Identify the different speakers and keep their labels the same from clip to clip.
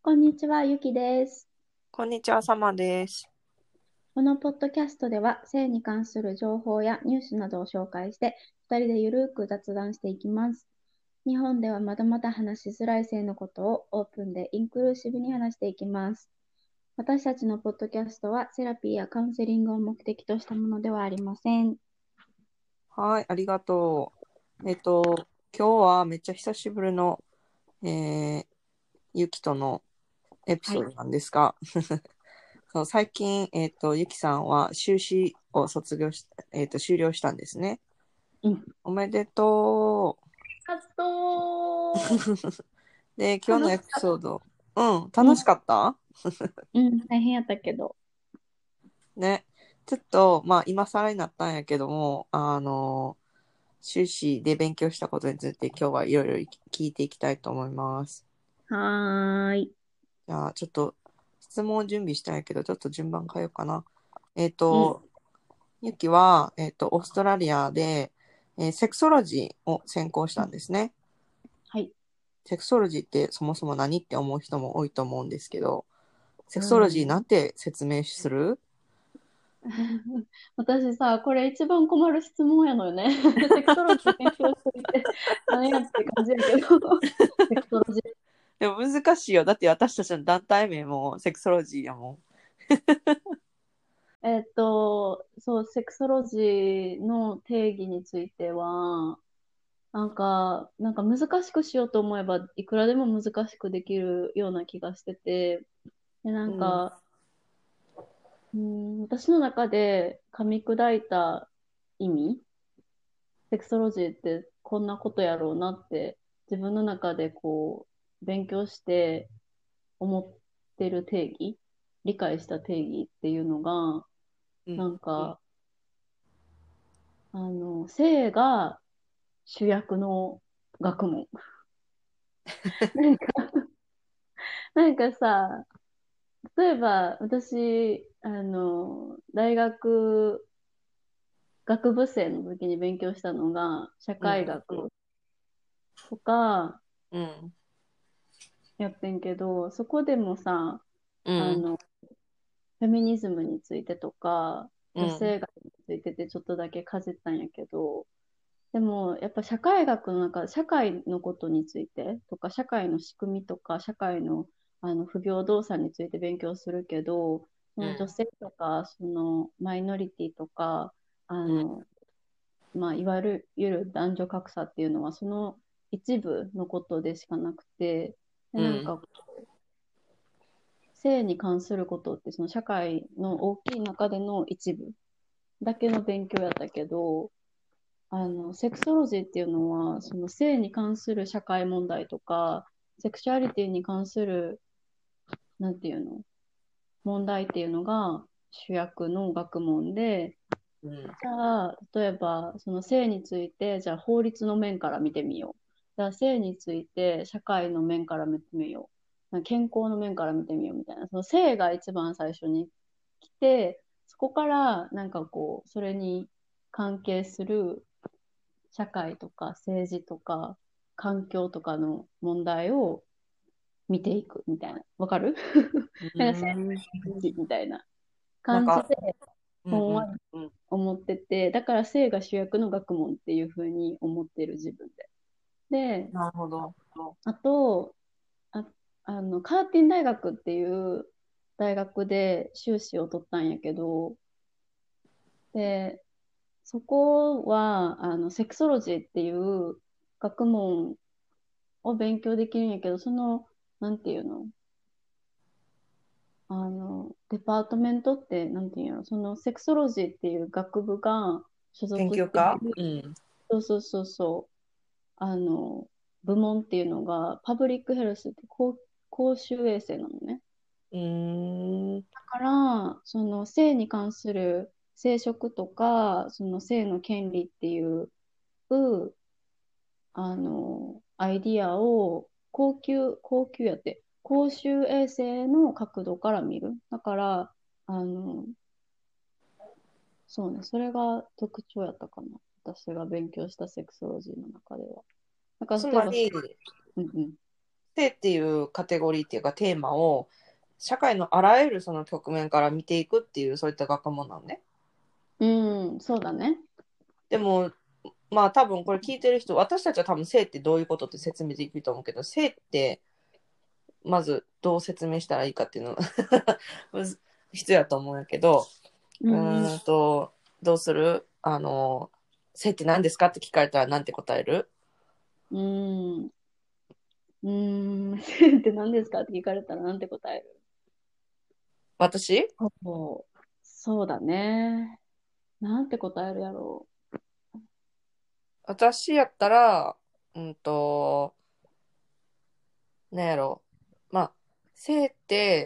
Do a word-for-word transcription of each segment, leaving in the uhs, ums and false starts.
Speaker 1: こんにちは、ゆきです。
Speaker 2: こんにちは、サマです。
Speaker 1: このポッドキャストでは、性に関する情報やニュースなどを紹介して、ふたりでゆるーく雑談していきます。日本ではまだまだ話しづらい性のことをオープンでインクルーシブに話していきます。私たちのポッドキャストは、セラピーやカウンセリングを目的としたものではありません。
Speaker 2: はい、ありがとう。えっと、今日はめっちゃ久しぶりの、えー、ゆきとのエピ
Speaker 1: はい。
Speaker 2: ソードなんですが、そう最近、えっと、ゆきさんは修士を卒業し、えっと、終了したんですね。
Speaker 1: うん。
Speaker 2: おめでとう。
Speaker 1: 活動
Speaker 2: で、今日のエピ
Speaker 1: 楽しかった。
Speaker 2: ソード、うん、
Speaker 1: うん。
Speaker 2: 楽しかった
Speaker 1: うん、大変やったけど。
Speaker 2: ね。ちょっと、まあ、今更になったんやけども、あの、修士で勉強したことについて今日はいろいろ聞いていきたいと思います。
Speaker 1: はーい。
Speaker 2: じゃあ、ちょっと質問を準備したんやけど、ちょっと順番変えようかな。えっ
Speaker 1: うん。
Speaker 2: と、ゆきは、えっと、オーストラリアで、えーセクソロジーを専攻したんですね。
Speaker 1: はい。
Speaker 2: セクソロジーってそもそも何って思う人も多いと思うんですけど、セ
Speaker 1: う
Speaker 2: クソロジー
Speaker 1: ん。
Speaker 2: なんて説明する？
Speaker 1: 私さ、これ一番困る質問やのよね。セクソロジー勉強しといて、何やって感じやけど。セクソロジー。
Speaker 2: でも難しいよ。だって私たちの団体名もセクソロジーやもん。
Speaker 1: えっと、そう、セクソロジーの定義については、なんか、なんか難しくしようと思えば、いくらでも難しくできるような気がしてて、で、な
Speaker 2: うん。
Speaker 1: んか、うん、私の中で噛み砕いた意味、セクソロジーってこんなことやろうなって自分の中でこう勉強して思ってる定義、理解した定義っていうのが、
Speaker 2: うん。
Speaker 1: なんか、あの、性が主役の学問。なんか、なんかさ、例えば私、あの、大学学部生の時に勉強したのが社
Speaker 2: うん。
Speaker 1: 会学とか
Speaker 2: うん。
Speaker 1: やってんけど、そこでもさ、
Speaker 2: うん。
Speaker 1: あの、フェミニズムについてとか、女
Speaker 2: うん。
Speaker 1: 性学についててちょっとだけかじったんやけど、でもやっぱ社会学の中、社会のことについてとか、社会の仕組みとか、社会の、あの不平等さについて勉強するけど、そ
Speaker 2: うん。
Speaker 1: の女性とか、そのマイノリティとか、あ
Speaker 2: うん。
Speaker 1: の、まあ、いわゆる男女格差っていうのは、その一部のことでしかなくて、で、
Speaker 2: うん。
Speaker 1: なんか性に関することってその社会の大きい中での一部だけの勉強やったけど、あのセクソロジーっていうのはその性に関する社会問題とかセクシュアリティに関するなんていうの問題っていうのが主役の学問で、
Speaker 2: うん。
Speaker 1: じゃあ例えばその性についてじゃあ法律の面から見てみよう、じゃあ性について社会の面から見てみよう、健康の面から見てみようみたいな、その性が一番最初に来て、そこからなんかこうそれに関係する社会とか政治とか環境とかの問題を見ていくみたいな。わかる？
Speaker 2: う
Speaker 1: なんか生
Speaker 2: ん。
Speaker 1: 命みたいな
Speaker 2: なんか、
Speaker 1: 感じで
Speaker 2: うんうん
Speaker 1: ほんわり
Speaker 2: うん。
Speaker 1: 思ってて、だから性が主役の学問っていうふうに思ってる自分で。で、
Speaker 2: なるほど。
Speaker 1: あと、あ、あの、カーティン大学っていう大学で修士を取ったんやけど、で、そこは、あの、セクソロジーっていう学問を勉強できるんやけど、その、なんていうのあの、デパートメントって、なんていうのそのセクソロジーっていう学部が所
Speaker 2: 研
Speaker 1: 属して
Speaker 2: 究家。
Speaker 1: いる、
Speaker 2: うん。
Speaker 1: そうそうそうそう、あの、部門っていうのが、パブリックヘルスって公、公衆衛生なのね。
Speaker 2: うーん。
Speaker 1: だから、その性に関する生殖とか、その性の権利っていう、あの、アイディアを高級、高級やって、公衆衛生の角度から見る。だから、あの、そうね、それが特徴やったかな。私が勉強したセクソロジーの中では。だから、例えば、
Speaker 2: つまり、
Speaker 1: うんうん。
Speaker 2: 性っていうカテゴリーっていうかテーマを社会のあらゆるその局面から見ていくっていうそういった学問なのね。
Speaker 1: うん、そうだね。
Speaker 2: でもまあ多分これ聞いてる人、私たちは多分性ってどういうことって説明できると思うけど、性ってまずどう説明したらいいかっていうの必要やと思うんやけど、う
Speaker 1: うん、
Speaker 2: ーんとどうする？あの性って何ですかって聞かれたら何て答える？
Speaker 1: うん、うん、性って何ですかって聞かれたらなんて答える？
Speaker 2: 私
Speaker 1: そう、そうだね。なんて答えるやろ
Speaker 2: 私やったら、うんと、なんやろ。まあ、性って、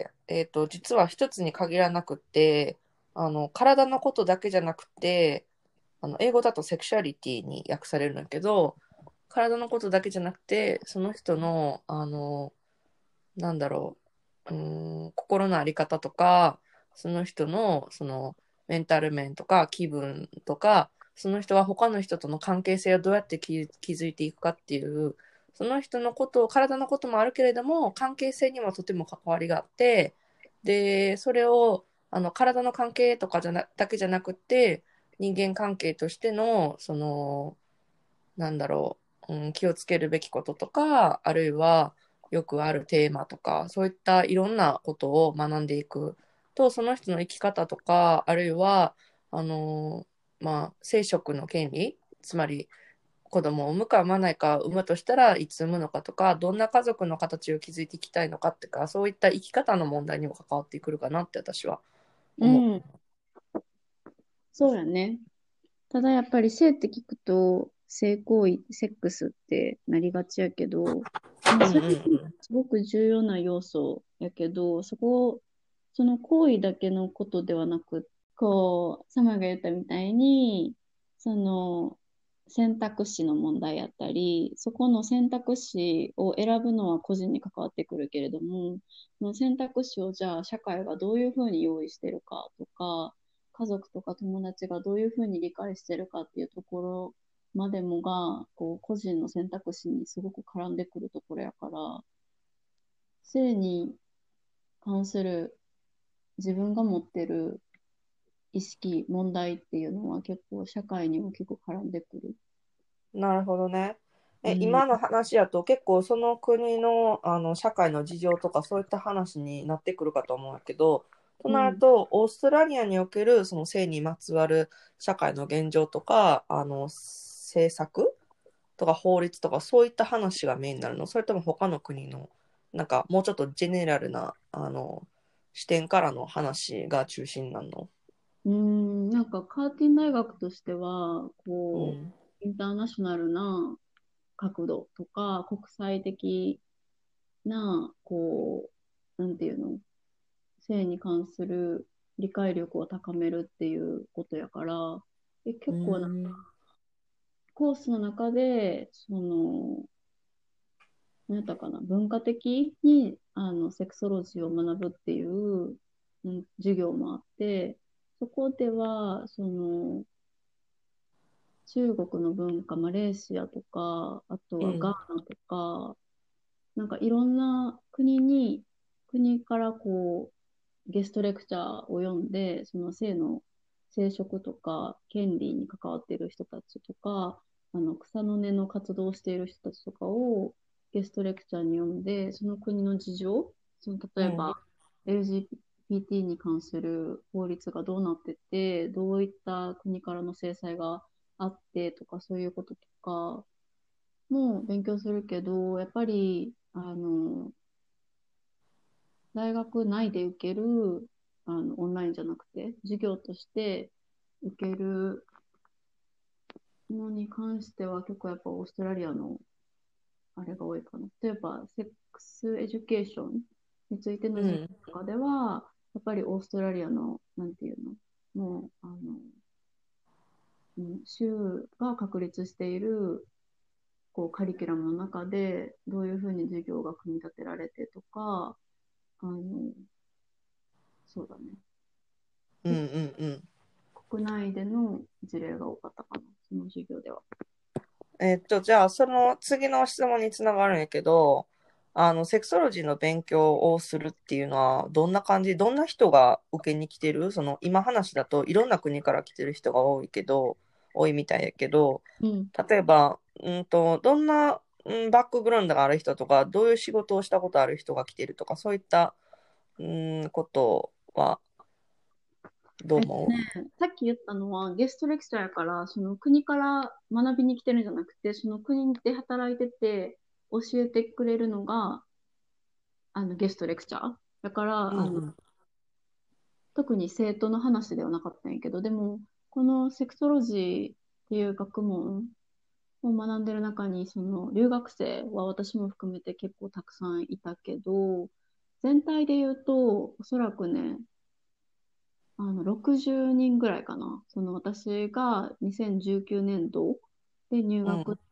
Speaker 2: えっと、実は一つに限らなくて、あの、体のことだけじゃなくて、あの、英語だとセクシュアリティに訳されるんだけど、体のことだけじゃなくて、その人の、あの、なんだろう、うーん、心のあり方とか、その人の、その、メンタル面とか気分とか、その人は他の人との関係性をどうやって築いていくかっていう、その人のことを、体のこともあるけれども、関係性にもとても関わりがあって、で、それを、あの、体の関係とかじゃな、だけじゃなくて、人間関係としての、その、なんだろう、うん、気をつけるべきこととか、あるいはよくあるテーマとか、そういったいろんなことを学んでいくと、その人の生き方とか、あるいは、あのーまあ、生殖の権利、つまり子供を産むか産まないか、産むとしたらいつ産むのかとか、どんな家族の形を築いていきたいのかってか、そういった生き方の問題にも関わってくるかなって私は
Speaker 1: う。
Speaker 2: 思
Speaker 1: うん、そうやね。ただやっぱり性って聞くと、性行為、セックスってなりがちやけど、まあ、
Speaker 2: う。うん
Speaker 1: それも
Speaker 2: うん
Speaker 1: すごく重要な要素やけど、そこ、その行為だけのことではなく、こう、サマが言ったみたいに、その選択肢の問題やったり、そこの選択肢を選ぶのは個人に関わってくるけれども、その選択肢をじゃあ社会がどういうふうに用意してるかとか、家族とか友達がどういうふうに理解してるかっていうところまでもが、こう、個人の選択肢にすごく絡んでくるところやから、性に関する自分が持ってる意識、問題っていうのは結構社会に大きく絡んでくる。
Speaker 2: なるほどね。え、
Speaker 1: うん。
Speaker 2: 今の話やと結構その国の、あの社会の事情とかそういった話になってくるかと思うんやけど、と
Speaker 1: うん。
Speaker 2: なると、オーストラリアにおけるその性にまつわる社会の現状とか、あの政策とか法律とかそういった話がメインになるの？それとも他の国の、なんかもうちょっとジェネラルな、あの、視点からの話が中心になるの？
Speaker 1: うーん、なんかカーティン大学としては、こ
Speaker 2: うん。
Speaker 1: う、インターナショナルな角度とか、国際的な、こう、なんていうの、性に関する理解力を高めるっていうことやから、え
Speaker 2: う
Speaker 1: 結構な
Speaker 2: ん。
Speaker 1: コースの中で、その、何やったかな、文化的にあのセクソロジーを学ぶっていう、うん、授業もあって、そこでは、その、中国の文化、マレーシアとか、あとはガ
Speaker 2: うん。
Speaker 1: ーナとか、なんかいろんな国に、国からこう、ゲストレクチャーを読んで、その性の生殖とか権利に関わっている人たちとか、あの草の根の活動をしている人たちとかをゲストレクチャーに読んで、その国の事情、その例えば
Speaker 2: うん。
Speaker 1: エルジービーティー に関する法律がどうなってて、どういった国からの制裁があってとか、そういうこととかも勉強するけど、やっぱり、あの、大学内で受ける、あの、オンラインじゃなくて、授業として受けるのに関しては、結構やっぱオーストラリアのあれが多いかな。例えば、セックスエデュケーションについての授業
Speaker 2: うん。
Speaker 1: とかでは、やっぱりオーストラリアの、なんていうの、もう、あの、うん、州が確立しているこうカリキュラムの中でどういうふうに授業が組み立てられてとか、あの、そうだね。
Speaker 2: うんうんうん。
Speaker 1: 国内での事例が多かったかな、その授業では。
Speaker 2: えっと、じゃあ、その次の質問につながるんやけど、 あの、セクソロジーの勉強をするっていうのは、どんな感じ、どんな人が受けに来てる？その、今話だといろんな国から来てる人が多いけど、多いみたいやけど、
Speaker 1: うん。
Speaker 2: 例えば、うんと、どんな、うん、バックグラウンドがある人とか、どういう仕事をしたことある人が来てるとか、そういった、うん、ことはどう
Speaker 1: えっと
Speaker 2: 思
Speaker 1: ね、さっき言ったのはゲストレクチャーやから、その国から学びに来てるんじゃなくて、その国で働いてて教えてくれるのがあのゲストレクチャー。だから、あの、
Speaker 2: う？うん
Speaker 1: 特に生徒の話ではなかったんやけど、でも、このセクソロジーっていう学問を学んでる中に、その留学生は私も含めて結構たくさんいたけど、全体で言うと、おそらくね、あの、ろくじゅうにんぐらいかな。その私がにせんじゅうきゅうねんどで入
Speaker 2: うん。
Speaker 1: 学して、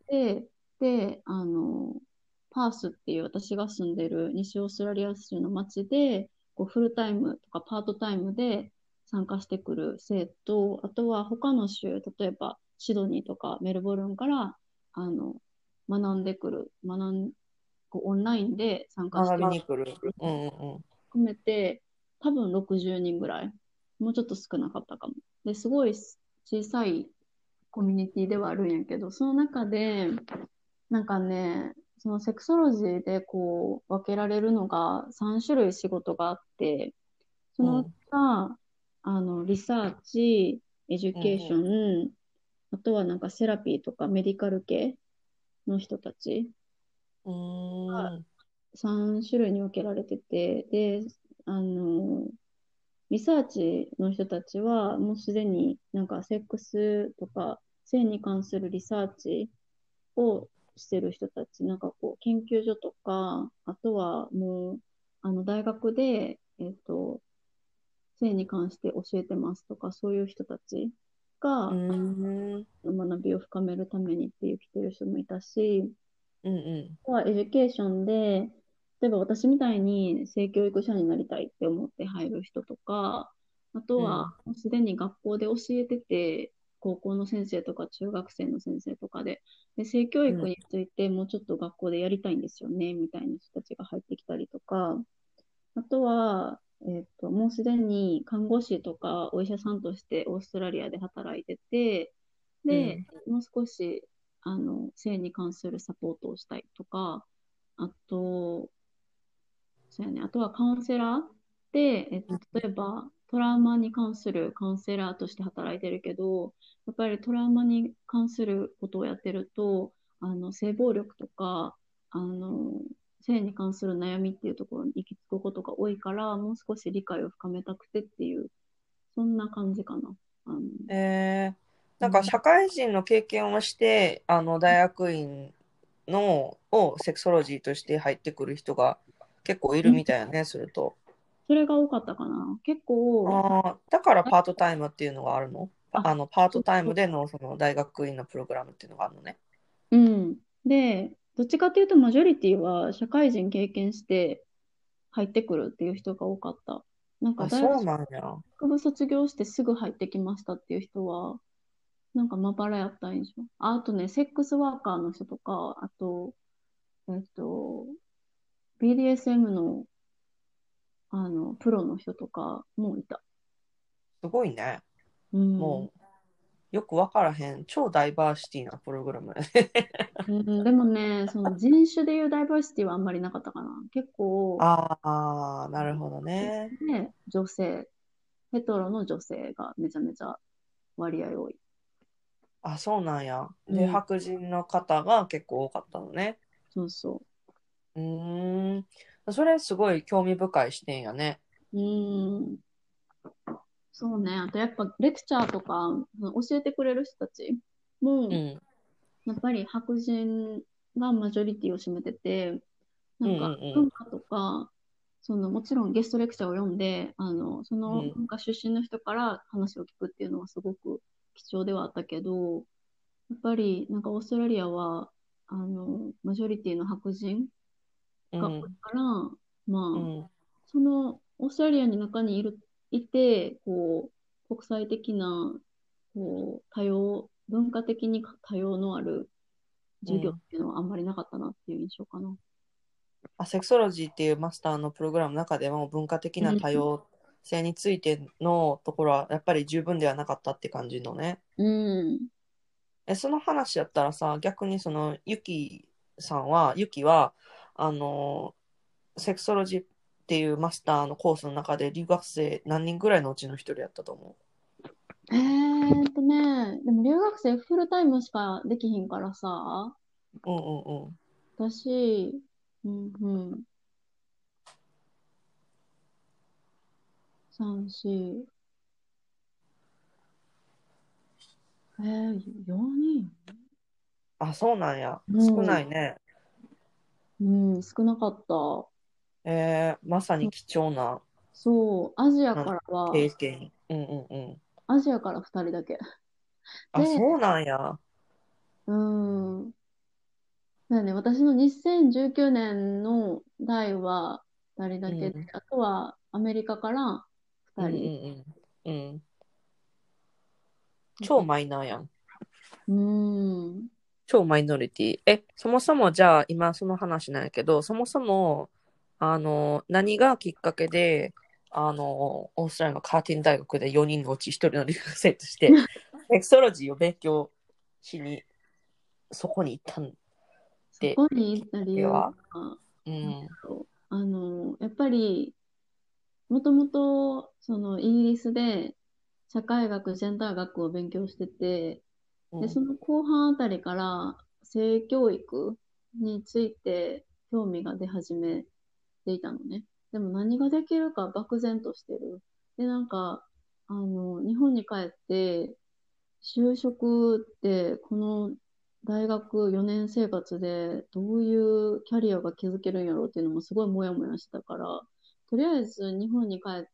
Speaker 1: で、あの、パースっていう私が住んでる西オーストラリア州の町で、こうフルタイムとかパートタイムで参加してくる生徒、あとは他の州、例えばシドニーとかメルボルンからあの学んでくる、学ん、こうオンラインで参加し
Speaker 2: 学
Speaker 1: てく
Speaker 2: びに来る。
Speaker 1: る
Speaker 2: うんうんうん。
Speaker 1: 含めて、多分ろくじゅうにんぐらい。もうちょっと少なかったかも。で、すごい小さいコミュニティではあるんやけど、その中で、なんかね、そのセクソロジーでこう分けられるのがさん種類仕事があって、そのうち
Speaker 2: うん。
Speaker 1: が、あの、リサーチ、エデュ
Speaker 2: うん。
Speaker 1: ケーション、あとはなんかセラピーとかメディカル系の人たち
Speaker 2: うーん。
Speaker 1: さん種類に分けられてて、で、あの、リサーチの人たちは、もうすでになんかセックスとか性に関するリサーチをしてる人たち、なんかこう研究所とか、あとはもうあの大学で、えっと、性に関して教えてますとか、そういう人たち
Speaker 2: う
Speaker 1: が
Speaker 2: ーん。
Speaker 1: 学びを深めるためにっていう来てる人もいたし、
Speaker 2: うんうん。
Speaker 1: あとはエデュケーションで、例えば私みたいに性教育者になりたいって思って入る人とか、あとは
Speaker 2: うん。
Speaker 1: もうすでに学校で教えてて、高校の先生とか中学生の先生とかで、で性教
Speaker 2: うん。
Speaker 1: 育についてもうちょっと学校でやりたいんですよね、みたいな人たちが入ってきたりとか、あとは、えっと、もうすでに看護師とかお医者さんとしてオーストラリアで働いてて、で、
Speaker 2: うん。
Speaker 1: もう少し、あの、性に関するサポートをしたいとか、あと、そうやね、あとはカウンセラーで、えっと、例えばトラウマに関するカウンセラーとして働いてるけど、やっぱりトラウマに関することをやってると、あの、性暴力とか、あの、性に関する悩みっていうところに行き着くことが多いから、もう少し理解を深めたくてっていう、そんな感じかな。あの、
Speaker 2: えー、なんか
Speaker 1: うん、
Speaker 2: 社会人の経験をして、あの、大学院の、をセクソロジーとして入ってくる人が結構いるみたいよね、すると。
Speaker 1: それが多かったかな。結構、
Speaker 2: ああ、だからパートタイムっていうのがあるの？パ
Speaker 1: あ、
Speaker 2: あの、パートタイ
Speaker 1: そう
Speaker 2: ムでのその大学院のプログラムっていうのがあるのね。
Speaker 1: うん。で、どっちかっていうと、マジョリティは社会人経験して入ってくるっていう人が多かった。なんか
Speaker 2: あ、
Speaker 1: 大
Speaker 2: そうなんや。
Speaker 1: 学部卒業してすぐ入ってきましたっていう人は、なんかまばらやった印象。あ、あとね、セックスワーカーの人とか、あと、えっと、ビーディーエスエム の、あの、プロの人とかもいた。
Speaker 2: すごいね。
Speaker 1: うん。
Speaker 2: もう、よくわからへん。超ダイバーシティなプログラムやね。
Speaker 1: うん、でもね、その人種でいうダイバーシティはあんまりなかったかな。結構、
Speaker 2: ああ、なるほどね。
Speaker 1: ね、女性、ヘトロの女性がめちゃめちゃ割合多い。
Speaker 2: あ、そうなんや。で、
Speaker 1: うん、
Speaker 2: 白人の方が結構多かったのね。
Speaker 1: そうそ
Speaker 2: うーん。それすごい興味深い視点やね。
Speaker 1: う。うん、そうね。あとやっぱレクチャーとか教えてくれる人たちも、
Speaker 2: うん。
Speaker 1: やっぱり白人がマジョリティを占めてて、な
Speaker 2: うんう
Speaker 1: んか
Speaker 2: ん
Speaker 1: 文化とか、そのもちろんゲストレクチャーを読んで、あの、そ
Speaker 2: うん。うん。
Speaker 1: の文化出身の人から話を聞くっていうのはすごく貴重ではあったけど、やっぱりなんかオーストラリアは、あの、マジョリティの白人が多い
Speaker 2: うん。
Speaker 1: から、まあ、
Speaker 2: うん。
Speaker 1: そのオーストラリアの中にいる、いて、こう、国際的な、こう、多様、文化的に多様のある授業っ
Speaker 2: うん。
Speaker 1: ていうのはあんまりなかったなっていう印象かな。
Speaker 2: あ、セクソロジーっていうマスターのプログラムの中でも文化的な多様性についてのところはやっぱり十分ではなかったって感じのね。
Speaker 1: うん。
Speaker 2: え、その話やったらさ、逆にそのユキさんは、ユキは、あの、セクソロジーっていうマスターのコースの中で留学生何人ぐらいのうちの一人やったと思
Speaker 1: えーっとね、でも留学生フルタイムしかできひんからさ、
Speaker 2: う？うんうんうん。
Speaker 1: 私、うんうん、さん、よん、えー、よにん。
Speaker 2: あ、そうなんや。少
Speaker 1: うん、
Speaker 2: ないね。
Speaker 1: うん、少なかった。
Speaker 2: えー、まさに貴重な、
Speaker 1: そう、アジア
Speaker 2: なん
Speaker 1: からは、
Speaker 2: 経験。うんうんうん。
Speaker 1: アジアからふたりだけ。
Speaker 2: あ、
Speaker 1: で、
Speaker 2: そうなんや。
Speaker 1: うん、だよね、私のにせんじゅうきゅうねんの代はふたりだけで、
Speaker 2: うん
Speaker 1: あとはアメリカから
Speaker 2: うんう
Speaker 1: ふたり。
Speaker 2: んうん。うん。
Speaker 1: だから、
Speaker 2: 超マイナーやん。
Speaker 1: うん、
Speaker 2: 超マイノリティ。え、そもそもじゃあ今その話なんやけど、そもそも、あの、何がきっかけで、あの、オーストラリアのカーティン大学でよにんのうちひとりの留学生として、セクソロジーを勉強しに、そこに行ったんっ
Speaker 1: そ
Speaker 2: て、
Speaker 1: こに行
Speaker 2: きっか
Speaker 1: った理由
Speaker 2: けは？
Speaker 1: は、なんだ
Speaker 2: うん。
Speaker 1: ろう。あの、やっぱり、もともと、その、イギリスで、社会学、ジェンダー学を勉強してて、で、そ
Speaker 2: うん。
Speaker 1: の後半あたりから、性教育について興味が出始めていたのね。でも何ができるか漠然としてる。で、なんか、あの、日本に帰って、就職って、この大学よねん生活でどういうキャリアが築けるんやろうっていうのもすごいモヤモヤしてたから、とりあえず日本に帰って、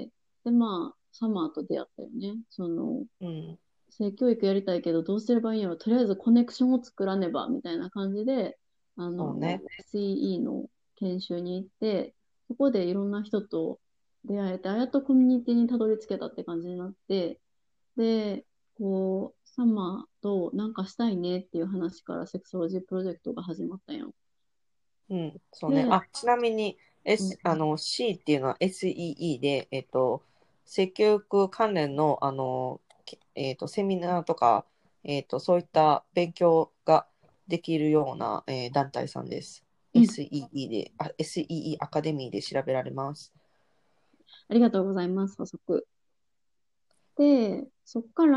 Speaker 1: で、まあ、サマーと出会ったよね。その、
Speaker 2: うん。
Speaker 1: 性教育やりたいけどどうすればいいんやろ、とりあえずコネクションを作らねば、みたいな感じで、あの、
Speaker 2: そうね。
Speaker 1: エスイー の研修に行って、そこでいろんな人と出会えて、あやっとコミュニティにたどり着けたって感じになって、で、こう、サマーとなんかしたいねっていう話からセクソロジープロジェクトが始まったんよ。
Speaker 2: うん。そうね。
Speaker 1: で、
Speaker 2: あ、ちなみに、S、
Speaker 1: うん、
Speaker 2: あの、C っていうのは エスイーイー で、えっと、性教育関連の、あの、きえっと、セミナーとか、えっと、そういった勉強ができるような、えー団体さんです。
Speaker 1: うん、
Speaker 2: エスイーイー で、あ、エスイーイー アカデミーで調べられます。
Speaker 1: ありがとうございます、補足。で、そっから、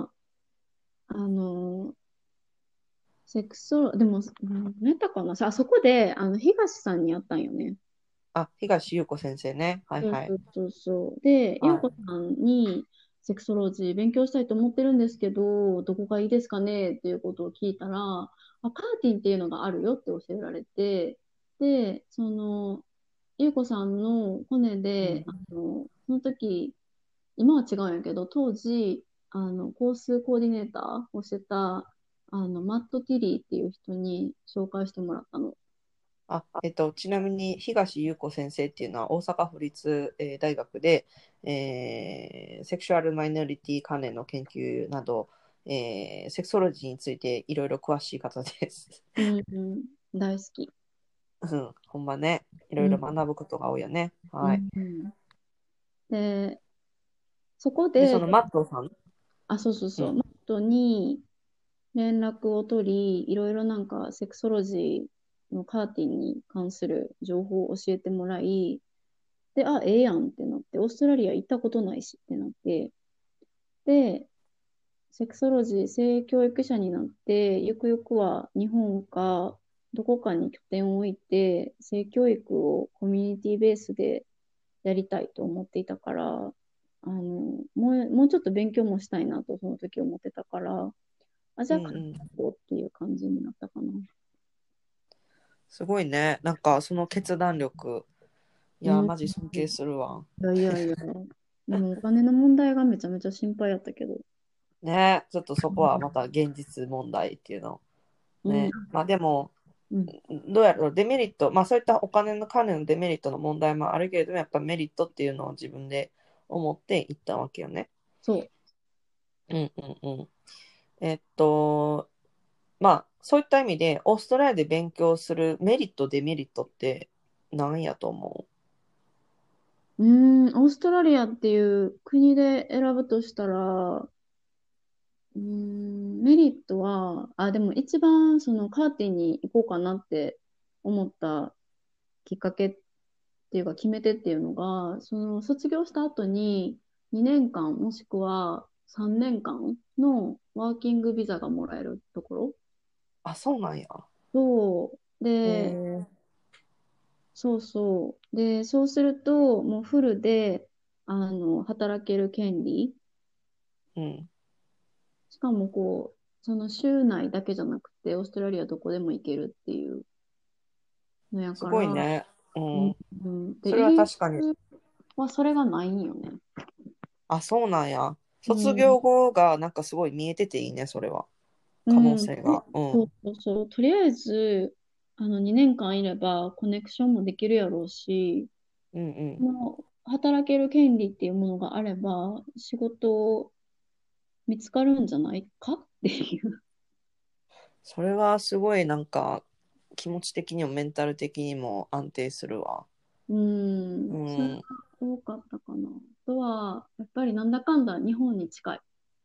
Speaker 1: あの、セクソロ、でも、何やったかなさ、あそこで、あの、東さんに会ったんよね。
Speaker 2: あ、東優子先生ね。はいはい。
Speaker 1: そうそうそうそう。で、ゆうこ
Speaker 2: はい。
Speaker 1: さんに、セクソロジー勉強したいと思ってるんですけど、どこがいいですかねっていうことを聞いたら、あ、カーティンっていうのがあるよって教えられて、で、その、ゆうこさんのコネで、
Speaker 2: うん。
Speaker 1: あの、その時、今は違うんやけど、当時、あの、コースコーディネーターをしてた、あの、マット・ティリーっていう人に紹介してもらったの。
Speaker 2: あ、えっと、ちなみに東優子先生っていうのは大阪府立、えー大学で、えーセクシュアルマイノリティ関連の研究など、えーセクソロジーについていろいろ詳しい方です。
Speaker 1: うん、うん、大好き。
Speaker 2: うん、ほんまね、いろいろ
Speaker 1: うん、
Speaker 2: 学ぶことが多いよね。はい。
Speaker 1: うん、うん。で、そこ
Speaker 2: で、
Speaker 1: で、
Speaker 2: そのマットさん、
Speaker 1: あ、そうそうそう、マッ
Speaker 2: うん、
Speaker 1: トに連絡を取り、いろいろなんかセクソロジーのカーティンに関する情報を教えてもらい、で、あ、ええやんってなって、オーストラリア行ったことないしってなって、で、セクソロジー性教育者になって、ゆくゆくは日本かどこかに拠点を置いて、性教育をコミュニティベースでやりたいと思っていたから、あの、もう、もうちょっと勉強もしたいなとその時思ってたから、あ、じゃあ、帰って
Speaker 2: うんうん。
Speaker 1: こうっていう感じになったかな。
Speaker 2: すごいね。なんかその決断力。いや、
Speaker 1: うん。
Speaker 2: マジ尊敬するわ。
Speaker 1: いやいやいや。でもお金の問題がめちゃめちゃ心配やったけど。
Speaker 2: ね、ちょっとそこはまた現実問題っていうの。
Speaker 1: うん。
Speaker 2: ね。まあでも、
Speaker 1: うん。
Speaker 2: どうやろう、デメリット、まあそういったお金の関連のデメリットの問題もあるけれども、やっぱメリットっていうのを自分で思っていったわけよね。
Speaker 1: そ
Speaker 2: うんうんうん。えっと、 まあ、そういった意味で、オーストラリアで勉強するメリット、デメリットって何やと思
Speaker 1: うーん、オーストラリアっていう国で選ぶとしたら、うーん、メリットは、あ、でも一番そのカーティンに行こうかなって思ったきっかけっていうか決め手っていうのが、その卒業した後ににねんかんもしくはさんねんかんのワーキングビザがもらえるところ
Speaker 2: う？あ、そうなんや。
Speaker 1: と、
Speaker 2: へ
Speaker 1: で、
Speaker 2: え。
Speaker 1: そうそう。で、そうすると、もうフルで、あの、働ける権利。
Speaker 2: うん。
Speaker 1: しかもこう、その州内だけじゃなくて、オーストラリアどこでも行けるっていうのや
Speaker 2: す
Speaker 1: から、
Speaker 2: ごいね。う
Speaker 1: うん、
Speaker 2: ん。
Speaker 1: うん。で、
Speaker 2: それは
Speaker 1: イギリス
Speaker 2: 確かに。
Speaker 1: はそれがないんよね。
Speaker 2: あ、そうなんや。
Speaker 1: うん。
Speaker 2: 卒業後がなんかすごい見えてていいね、それは。可能
Speaker 1: うん。え
Speaker 2: 性が。うん。
Speaker 1: そうそうそう。とりあえず、あの、にねんかんいればコネクションもできるやろうし、
Speaker 2: うんうん。
Speaker 1: もう働ける権利っていうものがあれば、仕事見つかるんじゃないかっていう。
Speaker 2: それはすごいなんか気持ち的にもメンタル的にも安定するわ。
Speaker 1: うん。それが
Speaker 2: うん。
Speaker 1: 多かったかな。あとは、やっぱりなんだかんだ日本に近い。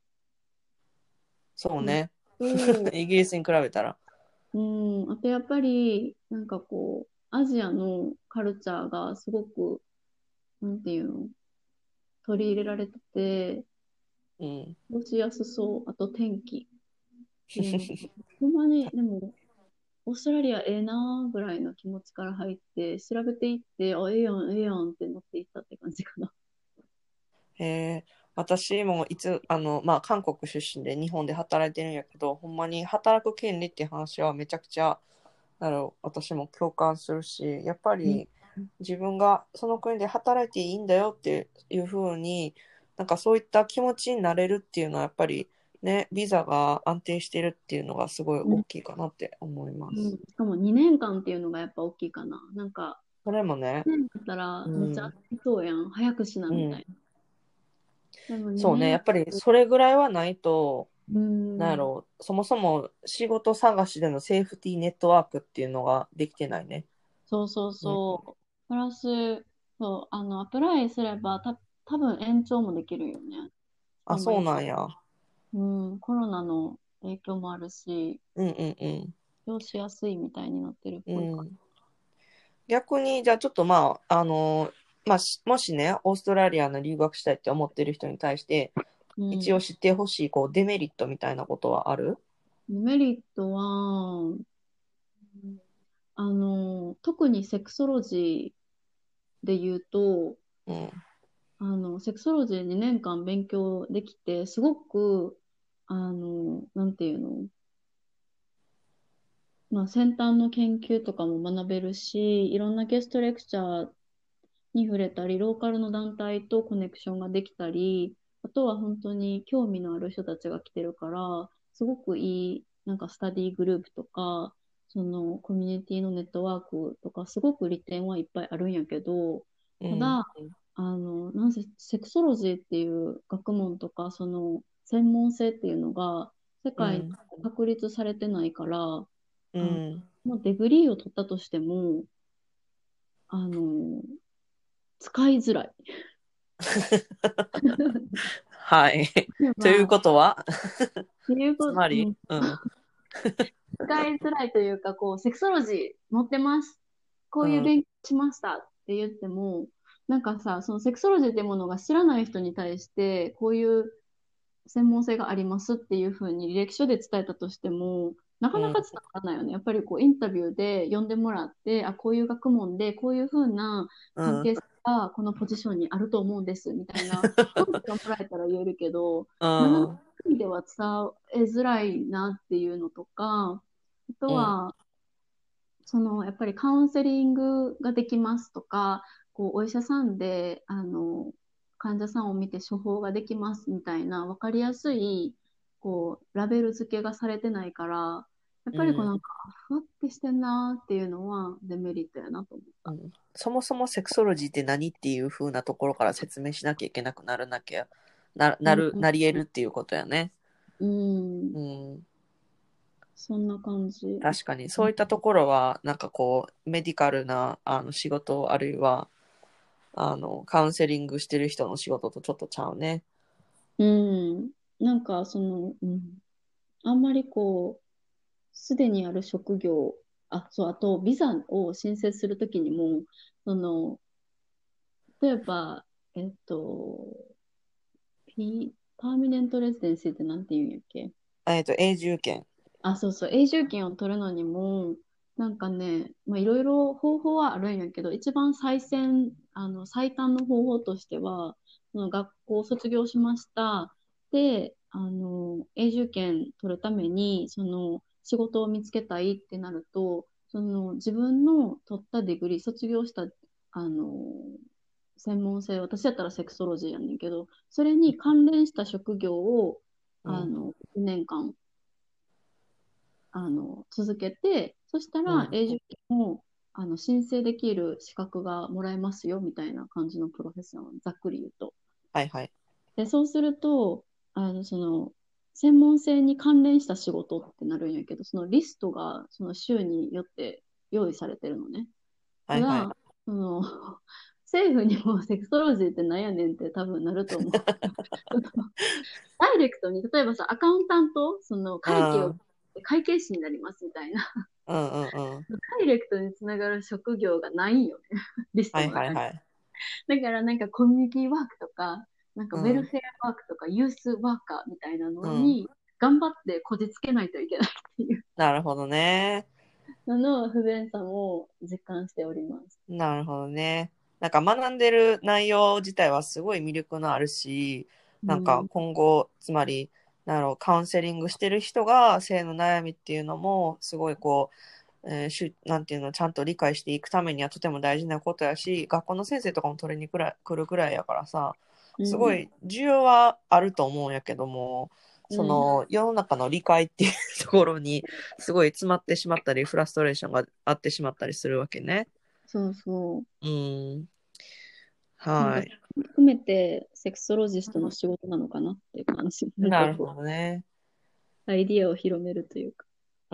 Speaker 1: の
Speaker 2: そうね。
Speaker 1: と、
Speaker 2: イギリスに比べたら。
Speaker 1: うん。あとやっぱり、なんかこう、アジアのカルチャーがすごく、なんていうの、取り入れられてて、
Speaker 2: うん。
Speaker 1: 過ごしやすそう。あと天気っていうの。ほんまに、でも、オーストラリアええなーぐらいの気持ちから入って、調べていって、あ、ええやん、ええやんって乗っていったって感じかな。
Speaker 2: へえ、私もいつ、あの、まあ、韓国出身で日本で働いてるんやけど、ほんまに働く権利っていう話はめちゃくちゃ、なる私も共感するし、やっぱ
Speaker 1: うん。
Speaker 2: り自分がその国で働いていいんだよっていう風に、なんかそういった気持ちになれるっていうのはやっぱりね、ビザが安定してるっていうのがすごい
Speaker 1: うん。
Speaker 2: 大きいかなって思いま
Speaker 1: うん。
Speaker 2: す。
Speaker 1: しかもにねんかんっていうのがやっぱ大きいかな。なんか、
Speaker 2: それもね、
Speaker 1: 年だったらめっちゃ
Speaker 2: うん、
Speaker 1: 暑そうやん。早くしな
Speaker 2: うん。
Speaker 1: みたいな。でも
Speaker 2: そうね、
Speaker 1: 2
Speaker 2: やっぱり
Speaker 1: 年、
Speaker 2: それぐらいはないと、
Speaker 1: うん、
Speaker 2: なんやろう、そもそも仕事探しでのセーフティーネットワークっていうのができてないね。
Speaker 1: そうそう
Speaker 2: うん。
Speaker 1: そう。プラス、そう、あの、アプライすれば、た、多分延長もできるよね。
Speaker 2: あ、
Speaker 1: そのよ、
Speaker 2: そうなんや。
Speaker 1: うん、コロナの影響もあるし、
Speaker 2: うんうん
Speaker 1: 利用しやすいみたいになってるっ
Speaker 2: うん。
Speaker 1: ぽいか
Speaker 2: うん。逆に、じゃあちょっとまあ、あのまあ、しもしね、オーストラリアの留学したいって思ってる人に対して、
Speaker 1: ら。うん。
Speaker 2: 一応知ってほしい、こう、デメリットみたいなことはある？
Speaker 1: メリットは、あの、特にセクソロジーで言うと、
Speaker 2: うん。
Speaker 1: あの、セクソロジーにねんかん勉強できて、すごく、あの、なんていうの、まあ、先端の研究とかも学べるし、いろんなゲストレクチャーに触れたり、ローカルの団体とコネクションができたり、あとは本当に興味のある人たちが来てるから、すごくいい、なんかスタディグループとか、そのコミュニティのネットワークとか、すごく利点はいっぱいあるんやけど、
Speaker 2: うん。
Speaker 1: ただ、あの、なんせセクソロジーっていう学問とか、その専門性っていうのが世界に
Speaker 2: うん。
Speaker 1: 確立されてないから、あ
Speaker 2: うん。
Speaker 1: のデグリーを取ったとしても、あの、使いづらい。
Speaker 2: はい。という
Speaker 1: まあ、
Speaker 2: ことは、
Speaker 1: っていうこと、
Speaker 2: つまり、
Speaker 1: うん、
Speaker 2: うん。
Speaker 1: 使いづらいというか、こう、セクソロジー持ってます。こ
Speaker 2: うん。
Speaker 1: ういう勉強しましたって言っても、なんかさ、そのセクソロジーっていうものが知らない人に対して、こういう専門性がありますっていうふうに履歴書で伝えたとしても、なか
Speaker 2: うん。
Speaker 1: なか伝わらないよね。やっぱりこうインタビューで呼んでもらって、あ、こういう学問で、こういうふうな
Speaker 2: うん。
Speaker 1: 関係性がこのポジションにあると思うんですみたいな、根拠がもらえたら言えるけど、
Speaker 2: う
Speaker 1: なかなか
Speaker 2: ん。
Speaker 1: 意味では伝えづらいなっていうのとか、あと
Speaker 2: うん。
Speaker 1: は、そのやっぱりカウンセリングができますとか、こうお医者さんであの患者さんを見て処方ができますみたいな分かりやすいこうラベル付けがされてないから、やっ
Speaker 2: うん。
Speaker 1: ぱりこうなんかふわってしてんなーっていうのはデメリットやなと思った。
Speaker 2: うん。そもそもセクソロジーって何っていう風なところから説明しなきゃいけなくなるなきゃ、な、なる、
Speaker 1: うん、
Speaker 2: なり得るっていうことやね。
Speaker 1: うん、
Speaker 2: うん。
Speaker 1: そんな感じ。
Speaker 2: 確かに、そういったところは、なんかこう、メディカルなあの仕事、あるいは、あの、カウンセリングしてる人の仕事とちょっとちゃうね。
Speaker 1: うん。なんか、その、うん。あんまりこう、すでにある職業、あ、そう、あと、ビザを申請するときにも、その、例えば、えっと、P、パーミネントレジデンシーってなんて言うんやっけ？
Speaker 2: えっと、永住権。
Speaker 1: あ、そうそう、永住権を取るのにも、なんかね、まあ、いろいろ方法はあるんやけど、一番最先、あの、最短の方法としては、その学校を卒業しました。で、あの、永住権取るために、その、仕事を見つけたいってなると、その、自分の取ったディグリー、卒業した、あの、専門性、私だったらセクソロジーやねんけど、それに関連した職業を、
Speaker 2: うん。
Speaker 1: あの、いちねんかんあの続けて、そした
Speaker 2: うん。
Speaker 1: ら永住権をあの申請できる資格がもらえますよみたいな感じのプロフェッショナル、ざっくり言うと。
Speaker 2: はいはい。
Speaker 1: で、そうすると、あのその専門性に関連した仕事ってなるんやけど、そのリストがその州によって用意されてるのね。
Speaker 2: はいはい。
Speaker 1: ただ、その政府にもセクソロジーってなんやねんって多分なると思う。ダイレクトに、例えばさ、アカウンタント、その
Speaker 2: うん。
Speaker 1: 会計を、
Speaker 2: うん
Speaker 1: 会計士になりますみたいな。
Speaker 2: うんうん。
Speaker 1: ダイレクトにつながる職業がないんよね、リス
Speaker 2: はい
Speaker 1: トの中に。
Speaker 2: はいはい。
Speaker 1: だからなんかコミュニティワークとか、なんか
Speaker 2: うん。
Speaker 1: ウェルフェアワークとかユースワーカーみたいな
Speaker 2: うん。
Speaker 1: のに頑張ってこじつけないといけないっていう
Speaker 2: なるほどね。
Speaker 1: のの不便さも実感しております。
Speaker 2: なるほどね。なんか学んでる内容自体はすごい魅力のあるし、なんか
Speaker 1: うん。
Speaker 2: 今後、つまり、なんだろう、カウンセリングしてる人が性の悩みっていうのも、すごいこう、えーしゅ、なんていうの、ちゃんと理解していくためにはとても大事なことやし、学校の先生とかも取りにくら来るくらいやからさ、
Speaker 1: うん。
Speaker 2: すごい需要はあると思うんやけども、そ
Speaker 1: うん。
Speaker 2: の世の中の理解っていうところにすごい詰まってしまったり、フラストレーションがあってしまったりするわけね。
Speaker 1: そうそ
Speaker 2: うん。
Speaker 1: う。なんか、
Speaker 2: はい。
Speaker 1: 含めてセクソロジストの仕事なのかなっていう感じ。なん
Speaker 2: なる
Speaker 1: かこ
Speaker 2: ほどね。
Speaker 1: う、アイディアを広めるというか。
Speaker 2: うん。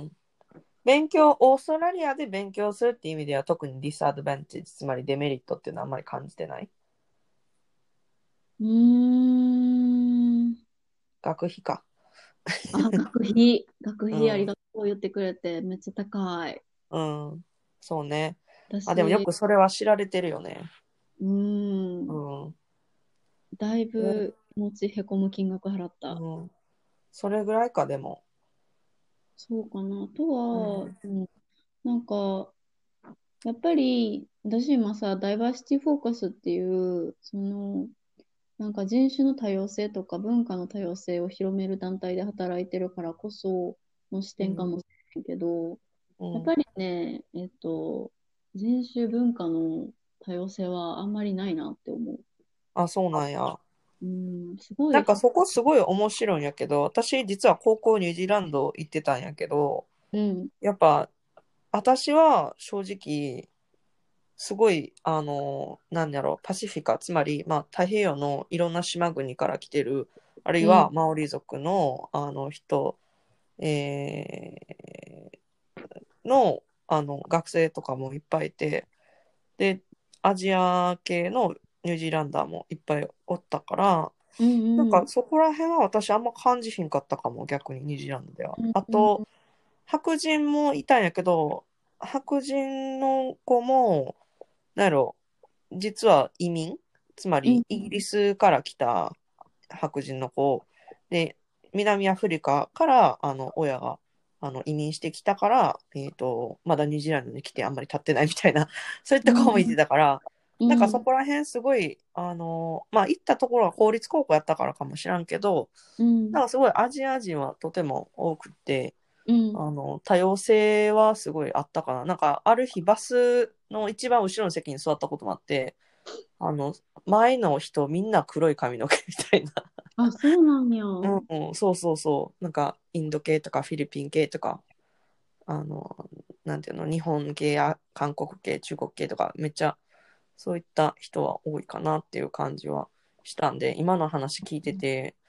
Speaker 2: 勉強、オーストラリアで勉強するっていう意味では特にディスアドバンテージ、つまりデメリットっていうのはあんまり感じてない。
Speaker 1: うーん。
Speaker 2: 学費か。
Speaker 1: あ、学費、学
Speaker 2: う
Speaker 1: 費あり
Speaker 2: ん。
Speaker 1: がとう言ってくれて、めっちゃ高い。
Speaker 2: うん。そうね。あ、でもよ
Speaker 1: 私、
Speaker 2: くそれは知られてるよね。
Speaker 1: うー
Speaker 2: う
Speaker 1: ん、
Speaker 2: ん。
Speaker 1: だい
Speaker 2: で
Speaker 1: ぶ気持ちへこむ金額払った。
Speaker 2: うん。それぐらいか、でも。
Speaker 1: そうかな。あとは、
Speaker 2: うん。
Speaker 1: うん、なんか、やっぱり、私今さ、ダイバーシティフォーカスっていう、その、なんか人種の多様性とか文化の多様性を広める団体で働いてるからこその視
Speaker 2: うん。
Speaker 1: 点かもしれないけど、
Speaker 2: うん。
Speaker 1: やっぱりね、えっと、人種文化の多様性はあんまりないなって思う。
Speaker 2: あ、そうなんや。
Speaker 1: うん、すごい、
Speaker 2: なんかそこすごい面白いんやけど、私実は高校ニュージーランド行ってたんやけど、
Speaker 1: うん、
Speaker 2: やっぱ私は正直、すごい、あの、なんだろう、パシフィカ、つまり、まあ、太平洋のいろんな島国から来てる、あるい
Speaker 1: うん、
Speaker 2: はマオリ族の、あの人、えーの、あの学生とかもいっぱいいて、で、アジア系のニュージーランダーもいっぱいおったから、
Speaker 1: うん、うん、
Speaker 2: なんかそこら辺は私あんま感じひんかったかも、逆にニュージーランドでは。
Speaker 1: うん、うん、
Speaker 2: あと、白人もいたんやけど、白人の子も、なんやろ、実は移民、つま
Speaker 1: うん、
Speaker 2: りイギリスから来た白人の子で、南アフリカからあの親があの移民してきたから、えーと、まだニュージーランドに来てあんまり経ってないみたいな、そういった子もいてたから、なんかそこら辺すごい、あの、まあ行ったところは公立高校やったからかもしらんけど、
Speaker 1: うん、
Speaker 2: なんかすごいアジア人はとても多くて、
Speaker 1: うん、
Speaker 2: あの、多様性はすごいあったかな。なんか、ある日バスの一番後ろの席に座ったこともあって、あの、前の人みんな黒い髪の毛みたいな。
Speaker 1: あ、そうなんや。
Speaker 2: う
Speaker 1: う
Speaker 2: ん、うん、そうそうそう。なんか、インド系とかフィリピン系とか、あの、なんていうの、日本系や韓国系、中国系とか、めっちゃ、そういった人は多いかなっていう感じはしたんで、今の話聞いてて、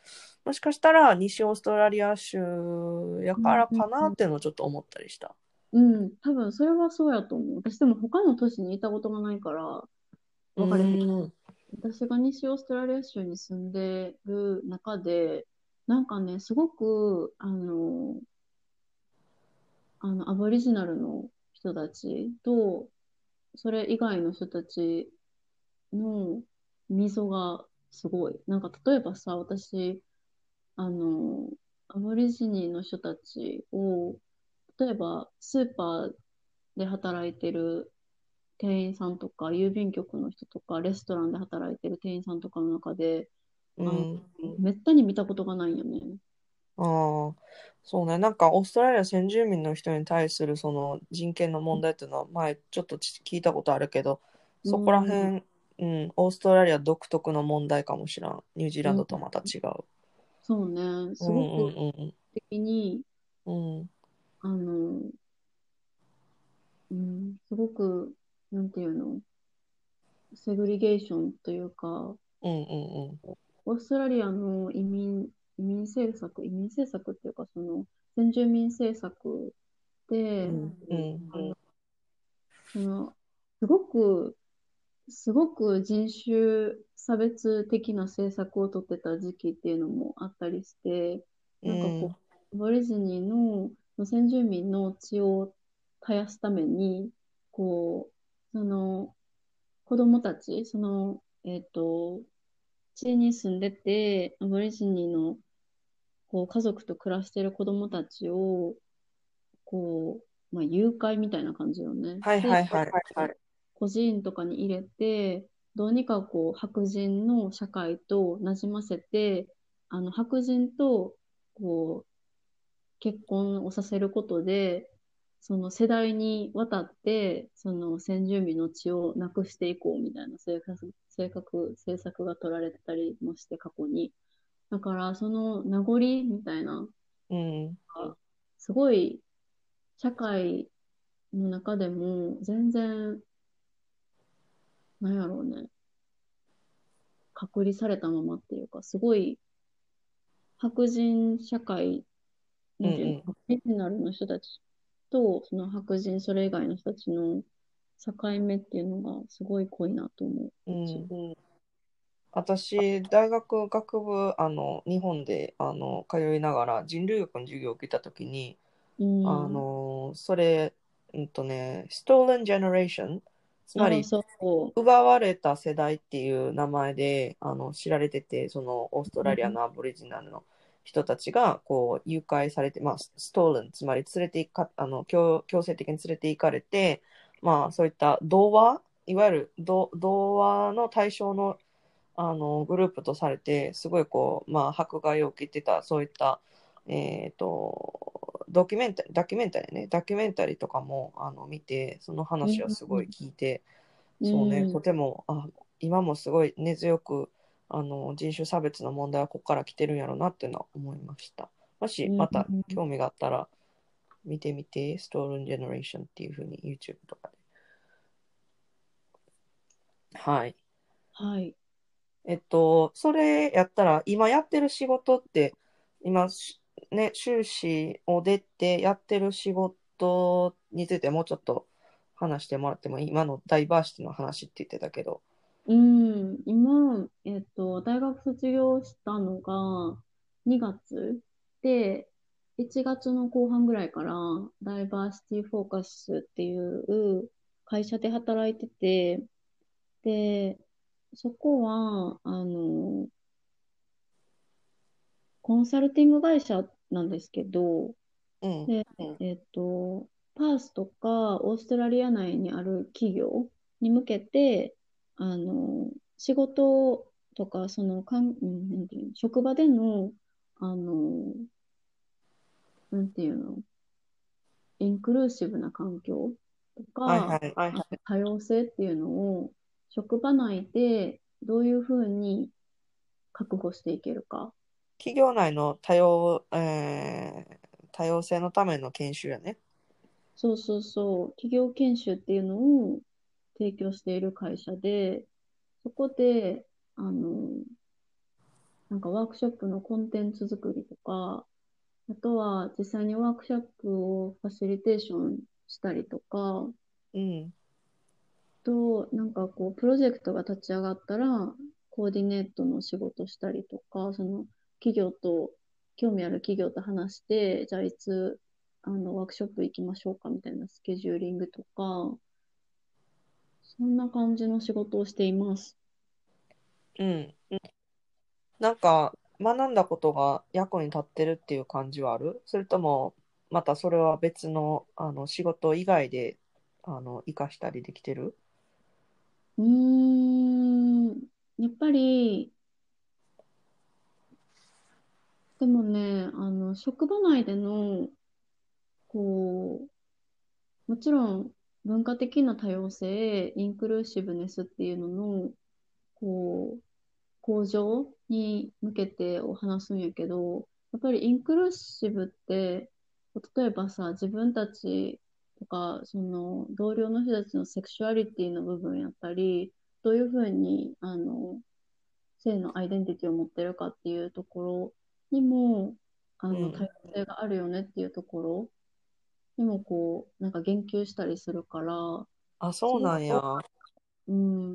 Speaker 2: もしかしたら西オーストラリア州や
Speaker 1: うん
Speaker 2: からかなっていうのをちょっと思ったりした。
Speaker 1: うん、多分それはそうやと思う。私でも他の都市にいたことがないから
Speaker 2: う
Speaker 1: 分かれへん。
Speaker 2: ーん。
Speaker 1: 私が西オーストラリア州に住んでる中で、なんかね、すごく、あの、あの、アボリジナルの人たちと、それ以外の人たちの溝がすごい。なんか例えばさ、私、あの、アボリジニの人たちを、例えばスーパーで働いてる店員さんとか、郵便局の人とか、レストランで働いてる店員さんとかの中で、あの、
Speaker 2: うん。
Speaker 1: めったに見たことがないんよね。
Speaker 2: ああ、そうね。なんか、オーストラリア先住民の人に対するその人権の問題っていうのは、前ちょっと聞いたことあるけど、
Speaker 1: う
Speaker 2: そこら
Speaker 1: ん、
Speaker 2: 辺、うん、オーストラリア独特の問題かもしらん。ニュージーラン
Speaker 1: うん、
Speaker 2: ドとまた違う。
Speaker 1: そうね、
Speaker 2: うんう
Speaker 1: すごく
Speaker 2: ん
Speaker 1: 的に、
Speaker 2: うん。うん。
Speaker 1: あの、うん、すごく、なんていうの、セグリゲーションというか、
Speaker 2: うんうん
Speaker 1: オーストラリアの移民、移民政策、移民政策っていうか、その、先住民政策で、
Speaker 2: うん。うん。
Speaker 1: あの、その、すごく、すごく人種差別的な政策を取ってた時期っていうのもあったりして、
Speaker 2: う
Speaker 1: なんかこ
Speaker 2: ん。
Speaker 1: う、アボリジニの先住民の血を絶やすために、こう、その子供たち、その、えっと、地に住んでて、アボリジニのこう家族と暮らしている子供たちを、こう、まあ、誘拐みたいな感じよね。
Speaker 2: はい
Speaker 1: で、
Speaker 2: はいはい。
Speaker 1: 孤児院とかに入れて、どうにかこう白人の社会となじませて、あの白人とこう結婚をさせることで、その世代にわたって、その先住民の血をなくしていこうみたいな政策、政策、政策が取られてたりもして、過去に。だから、その名残みたいな、
Speaker 2: うん。
Speaker 1: すごい社会の中でも全然、なんやろうね、隔離されたままっていうか、すごい白人社会、なんていうの、
Speaker 2: うんうん。
Speaker 1: オリジナルの人たちと、その白人、それ以外の人たちの境目っていうのがすごい濃いなと思う、
Speaker 2: う
Speaker 1: こっち。
Speaker 2: ん。私、大学学部、あの、日本で、あの、通いながら人類学の授業を受けたときに、
Speaker 1: う
Speaker 2: あ
Speaker 1: ん。
Speaker 2: の、それ、うんとね、Stolen Generation、つま
Speaker 1: ああ、
Speaker 2: り、
Speaker 1: そう。
Speaker 2: 奪われた世代っていう名前であの知られてて、そのオーストラリア
Speaker 1: うん
Speaker 2: のアボリジナルの人たちがこう誘拐されて、まあ、ストールン、つまり連れていか、あの強、強制的に連れて行かれて、まあ、そういった童話、いわゆる童童話の対象の、あのグループとされて、すごいこう、まあ、迫害を受けてた、そういった、えーと、ドキュメンタリー、ドキュメンタリーね、ドキュメンタリーとかもあの見て、その
Speaker 1: う
Speaker 2: 話をすごい
Speaker 1: ん
Speaker 2: 聞いて、
Speaker 1: う
Speaker 2: そうね、
Speaker 1: ん
Speaker 2: とても、あ、今もすごい根強く、あの、人種差別の問題はここから来てるんやろうなっていうのは思いました。もし、
Speaker 1: うん
Speaker 2: また興味があったら、見てみて、ストールンジェネレーションっていうふうに YouTube とかで。はい。
Speaker 1: はい。
Speaker 2: えっと、それやったら、今やってる仕事って、今、しね、修士を出てやってる仕事についてもうちょっと話してもらってもいい？今のダイバーシティの話って言ってたけど。
Speaker 1: うん、今、えっと、大学卒業したのがにがつで、いちがつの後半ぐらいからダイバーシティフォーカスっていう会社で働いてて、で、そこは、あの、コンサルティング会社なんですけど、
Speaker 2: うん。
Speaker 1: で、えっと、パースとかオーストラリア内にある企業に向けて、あの、仕事とか、その、かん、うんなんていうの、職場での、あの、なんていうの、インクルーシブな環境とか、
Speaker 2: はいはい。
Speaker 1: あと多様性っていうのを、職場内でどういうふうに確保していけるか。
Speaker 2: 企業内の多様、えー多様性のための研修やね。
Speaker 1: そうそうそう、企業研修っていうのを提供している会社で、そこで、あの、 なんかワークショップのコンテンツ作りとか、あとは実際にワークショップをファシリテーションしたりとか、
Speaker 2: うん。
Speaker 1: と、なんかこう、プロジェクトが立ち上がったら、コーディネートの仕事したりとか、その企業と、興味ある企業と話して、じゃあいつ、あの、ワークショップ行きましょうかみたいなスケジューリングとか、そんな感じの仕事をしています。
Speaker 2: うん。なんか、学んだことが役に立ってるっていう感じはある？それとも、またそれは別の、あの仕事以外で、あの、活かしたりできてる？
Speaker 1: うーん、やっぱり、でもね、あの、職場内での、こう、もちろん文化的な多様性、インクルーシブネスっていうのの、こう、向上に向けてを話すんやけど、やっぱりインクルーシブって、例えばさ、自分たちとか、その同僚の人たちのセクシュアリティの部分やったり、どういうふうに、あの、性のアイデンティティを持ってるかっていうところにも、あの、多
Speaker 2: うん。
Speaker 1: 様性があるよねっていうところにも、こう、なんか言及したりするから、
Speaker 2: あ、そう
Speaker 1: すごく、
Speaker 2: なんや。
Speaker 1: うん、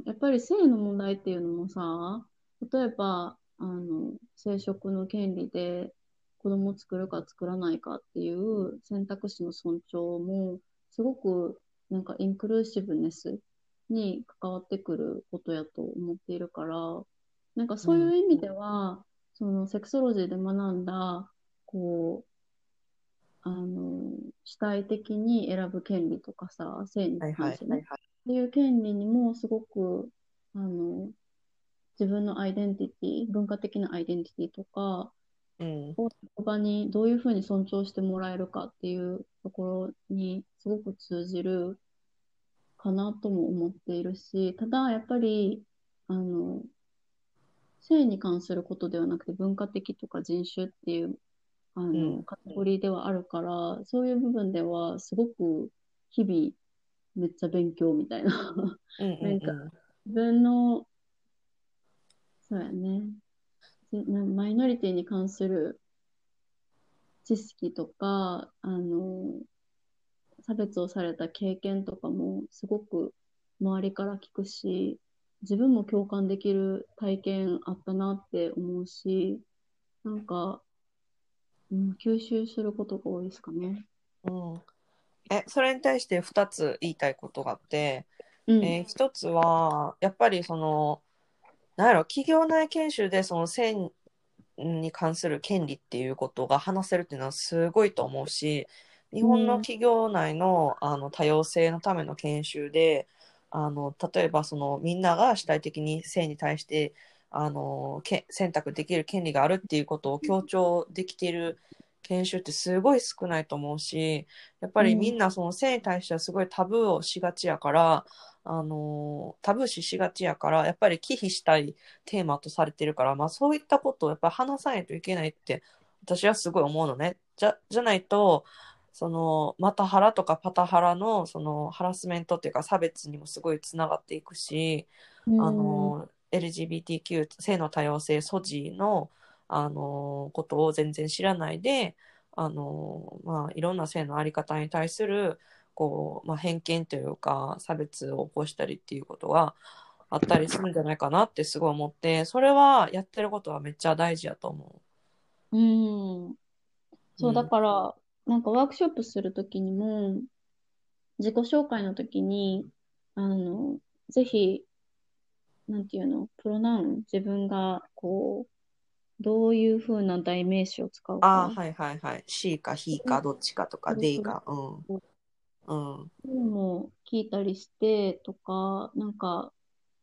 Speaker 1: やっぱり性の問題っていうのもさ、例えば、あの、生殖の権利で子供を作るか作らないかっていう選択肢の尊重も、すごくなんかインクルーシブネスに関わってくることやと思っているから、なんかそうい
Speaker 2: うん。
Speaker 1: う意味では、そのセクソロジーで学んだ、こう、あの、主体的に選ぶ権利とかさ、性に
Speaker 2: はいはい。
Speaker 1: 関するっていう権利にもすごく、あの、自分のアイデンティティ、文化的なアイデンティティとか
Speaker 2: うん。
Speaker 1: を職場にどういうふうに尊重してもらえるかっていうところにすごく通じるかなとも思っているし、ただやっぱり、あの、性に関することではなくて文化的とか人種っていうあ
Speaker 2: うん。
Speaker 1: のカテゴリーではあるから、そういう部分ではすごく日々めっちゃ勉強みたいな。
Speaker 2: うん
Speaker 1: なんか
Speaker 2: うんうん。
Speaker 1: 自分の、そうやね、なマイノリティに関する知識とか、あの、差別をされた経験とかもすごく周りから聞くし、自分も共感できる体験あったなって思うし、なんか、うん、吸収することが多いですかね。
Speaker 2: うん。え、それに対してふたつ言いたいことがあって、
Speaker 1: うん、
Speaker 2: えー、ひとつは、やっぱりその、なんやろ、企業内研修でその性に関する権利っていうことが話せるっていうのはすごいと思うし、日本の
Speaker 1: うん、
Speaker 2: 企業内の、あの多様性のための研修で、あの例えばそのみんなが主体的に性に対してあのけ選択できる権利があるっていうことを強調できている研修ってすごい少ないと思うし、やっぱりみ
Speaker 1: うん、
Speaker 2: んなその性に対してはすごいタブーをしがちやから、あのタブー視しがちやから、やっぱり忌避したいテーマとされてるから、まあ、そういったことをやっぱり話さないといけないって私はすごい思うのね。じゃ、じゃないと、そのマタハラとかパタハラのそのハラスメントっていうか差別にもすごいつながっていくし、
Speaker 1: う
Speaker 2: あ
Speaker 1: ん、
Speaker 2: の エルジービーティーキュー 性の多様性ソジの、あのことを全然知らないで、あのまあ、いろんな性のあり方に対するこう、まあ、偏見というか差別を起こしたりっていうことがあったりするんじゃないかなってすごい思って、それはやってることはめっちゃ大事やと思
Speaker 1: うん。
Speaker 2: う。う
Speaker 1: そう、だ
Speaker 2: ん。
Speaker 1: から、なんかワークショップするときにも、自己紹介のときに、あの、ぜひ、なんていうの、プロナウン、自分が、こう、どういうふうな代名詞を使う
Speaker 2: ああ、
Speaker 1: か、
Speaker 2: はいはいはい。シー か ヒー
Speaker 1: そう
Speaker 2: かどっちかとか
Speaker 1: そう
Speaker 2: デイ
Speaker 1: そう、
Speaker 2: か。うん。うん。
Speaker 1: そういうのも聞いたりしてとか、なんか、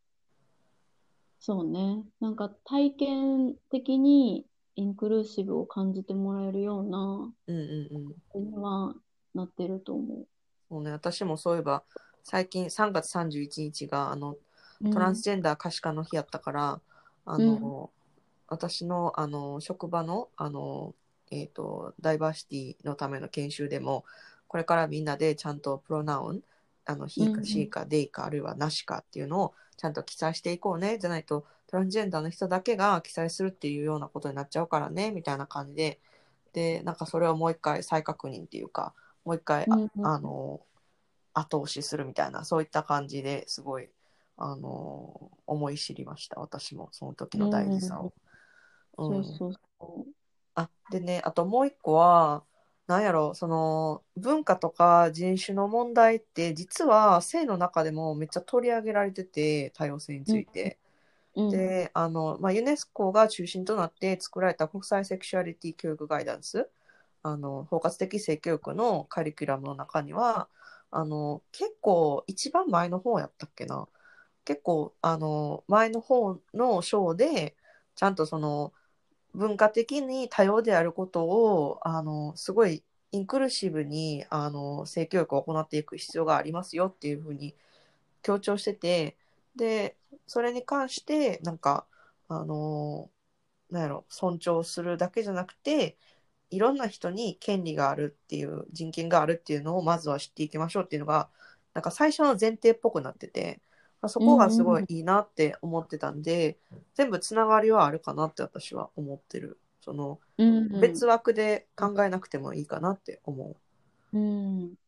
Speaker 1: そうね、なんか体験的にインクルーシブを感じてもらえるような、
Speaker 2: うんうんうん。
Speaker 1: にはなってると思
Speaker 2: そうね、私もそういえば、最近さんがつさんじゅういちにちが、あの、
Speaker 1: う。う
Speaker 2: トランス
Speaker 1: ん、
Speaker 2: ジェンダー可視化の日やったから、あ
Speaker 1: うん、
Speaker 2: の、私の、あの、職場の、あの、えっと、ダイバーシティのための研修でも、これからみんなでちゃんとプロナウン、あの、
Speaker 1: う
Speaker 2: he か she
Speaker 1: ん、
Speaker 2: か they か、あるいはなしかっていうのをちゃんと記載していこうね。じゃないと、 トランスジェンダーの人だけが記載するっていうようなことになっちゃうからねみたいな感じで、でなんかそれをもう一回再確認っていうか、もう一回あ、
Speaker 1: うんうん
Speaker 2: あの後押しするみたいな、そういった感じですごいあの思い知りました、私もその時の大事さを。うん、
Speaker 1: そうそうそ
Speaker 2: あでね、あともう一個はなんやろ、その文化とか人種の問題って実は性の中でもめっちゃ取り上げられてて、多様性に
Speaker 1: う。うん
Speaker 2: ついて。
Speaker 1: うん。
Speaker 2: で、あの、まあ、ユネスコが中心となって作られた国際セクシュアリティ教育ガイダンス、あの、包括的性教育のカリキュラムの中には、あの、結構一番前の方やったっけな。結構、あの、前の方の章で、ちゃんとその、文化的に多様であることを、あの、すごいインクルーシブに、あの、性教育を行っていく必要がありますよっていうふうに強調してて、で、それに関して、なんか、あの、なんやろ、尊重するだけじゃなくて、いろんな人に権利があるっていう、人権があるっていうのをまずは知っていきましょうっていうのが、なんか最初の前提っぽくなってて、そこがすごいいいなって思ってたんで、全部つながりはあるかなって私は思ってる。その、
Speaker 1: うん
Speaker 2: 別
Speaker 1: う
Speaker 2: 枠で考えなくてもいいかなって思
Speaker 1: ん。うん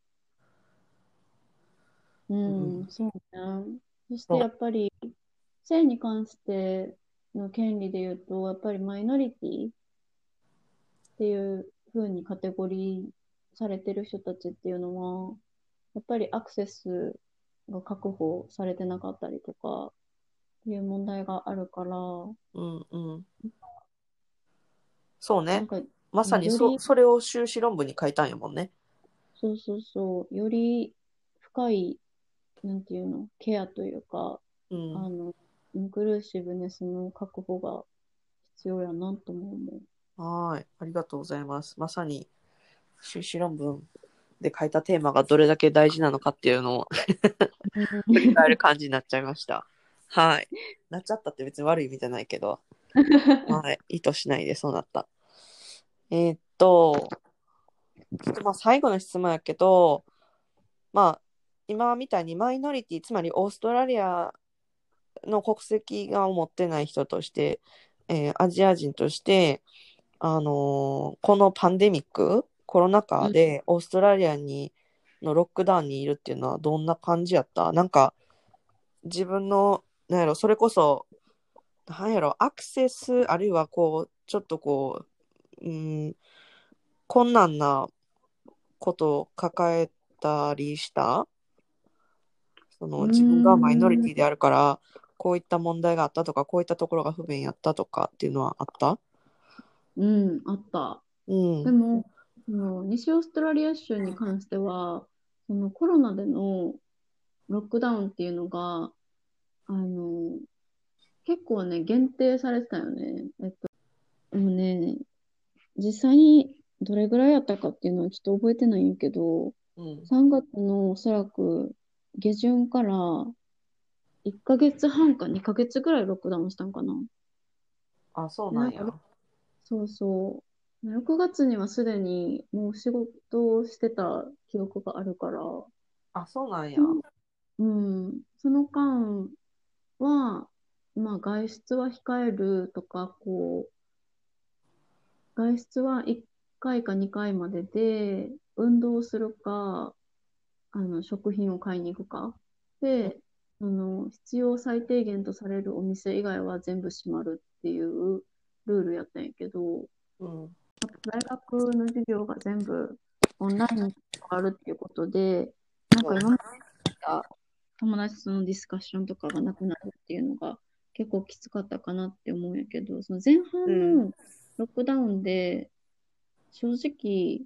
Speaker 1: う
Speaker 2: う。う
Speaker 1: ん、
Speaker 2: ん。
Speaker 1: そうね。そして
Speaker 2: そ
Speaker 1: やっぱり、性に関しての権利で言うと、やっぱりマイノリティっていう風にカテゴリーされてる人たちっていうのは、やっぱりアクセスが確保されてなかったりとかっていう問題があるから、
Speaker 2: う。うんうん。そうね。
Speaker 1: なんか、
Speaker 2: まさにそ、
Speaker 1: より、
Speaker 2: それを修士論文に書いたんやもんね。
Speaker 1: そうそうそう、より深い、なんていうの、ケアというか、
Speaker 2: うん。
Speaker 1: あの、インクルーシブネスの確保が必要やなと思う。
Speaker 2: はい。ありがとうございます。まさに修士論文で書いたテーマがどれだけ大事なのかっていうのを振り返る感じになっちゃいました。はい。なっちゃったって別に悪い意味じゃないけど、はい。意図しないでそうなった。えーっと、ちょっとまあ最後の質問やけど、まあ、今みたいにマイノリティ、つまりオーストラリアの国籍が持ってない人として、えーアジア人として、あのーこのパンデミック、コロナ禍
Speaker 1: うん、
Speaker 2: でオーストラリアにのロックダウンにいるっていうのはどんな感じやった？なんか自分の、なんやろ、それこそ、なんやろ、アクセス、あるいはこう、ちょっとこう、うん、困難なことを抱えたりした、そ
Speaker 1: う
Speaker 2: の自分がマイノリ
Speaker 1: ーん、
Speaker 2: ティであるから、こういった問題があったとか、こういったところが不便やったとかっていうのはあった？
Speaker 1: うん、あった。
Speaker 2: うん、
Speaker 1: でも、その西オーストラリア州に関しては、そのコロナでのロックダウンっていうのが、あの、結構ね、限定されてたよね。えっと、でもね、実際にどれぐらいやったかっていうのはちょっと覚えてないんやけど、
Speaker 2: うん。
Speaker 1: さんがつのおそらく下旬からいっかげつはんかにかげつぐらいロックダウンしたんかな。
Speaker 2: あ、そう
Speaker 1: で、なんか、
Speaker 2: なんや。
Speaker 1: そうそう。ろくがつにはすでにもう仕事をしてた記憶があるから、
Speaker 2: あ、そうなんや。
Speaker 1: その、うん、その間は、まあ外出は控えるとか、こう、外出はいっかいかにかいまでで、運動するか、あの、食品を買いに行くか。
Speaker 2: うん
Speaker 1: で、あの、必要最低限とされるお店以外は全部閉まるっていうルールやったんやけど、
Speaker 2: うん。
Speaker 1: 大学の授業が全部オンラインに変わるっていうことで、なんか今までた友達とのディスカッションとかがなくなるっていうのが結構きつかったかなって思うんやけど、その前
Speaker 2: うん。
Speaker 1: 半のロックダウンで正直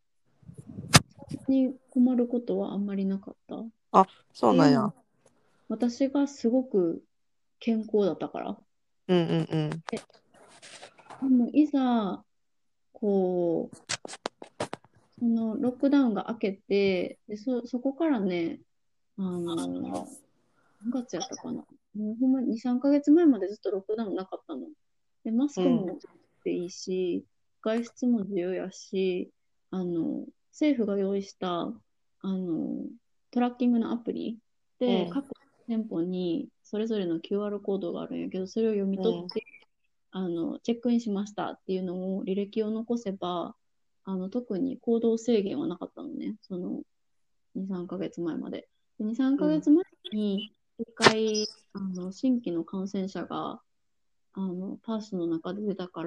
Speaker 1: に困ることはあんまりなかった。っ
Speaker 2: あ、そう
Speaker 1: ていうのも
Speaker 2: なんや。
Speaker 1: 私がすごく健康だったから。
Speaker 2: うんうんうん。
Speaker 1: で、でもいざ、こう、そのロックダウンが明けて、で、そ、そこからね、あの、何月やったかな。もうほんまに、さんかげつまえまでずっとロックダウンなかったの。で、マス
Speaker 2: うん。
Speaker 1: クもしていいし、外出も自由やし、あの、政府が用意した、あの、トラッキングのアプリで、
Speaker 2: うん。
Speaker 1: 各店舗にそれぞれの キューアール コードがあるんやけど、それを読み取
Speaker 2: うん
Speaker 1: って、あの、チェックインしましたっていうのを履歴を残せば、あの、特に行動制限はなかったのね。そのに、さんかげつまえまで。でに、3
Speaker 2: うん
Speaker 1: ヶ月前に一回、あの、新規の感染者が、あの、パースの中で出たから、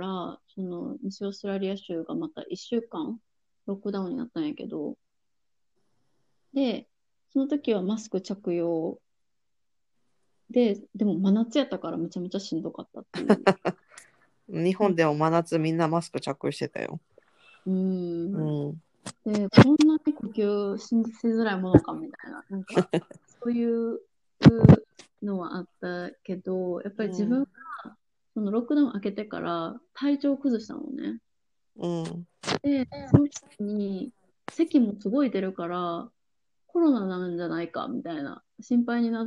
Speaker 1: その、西オーストラリア州がまたいっしゅうかんロックダウンになったんやけど、で、その時はマスク着用で、でも真夏やったからめちゃめちゃしんどかったっていう。
Speaker 2: 日
Speaker 1: なんか、
Speaker 2: 本でも真夏みんなマスク着用してたよ。
Speaker 1: うーん。
Speaker 2: うん。
Speaker 1: で、こんなに呼吸しづらいものかみたいな、なんか、そういうのはあったけど、やっぱ
Speaker 2: う
Speaker 1: り自分
Speaker 2: ん。
Speaker 1: が、そのロックダウン明けてから体調を崩したのね。
Speaker 2: うん。
Speaker 1: で、その時に、咳もすごい出るから、コロナなんじゃないかみたいな心配になって、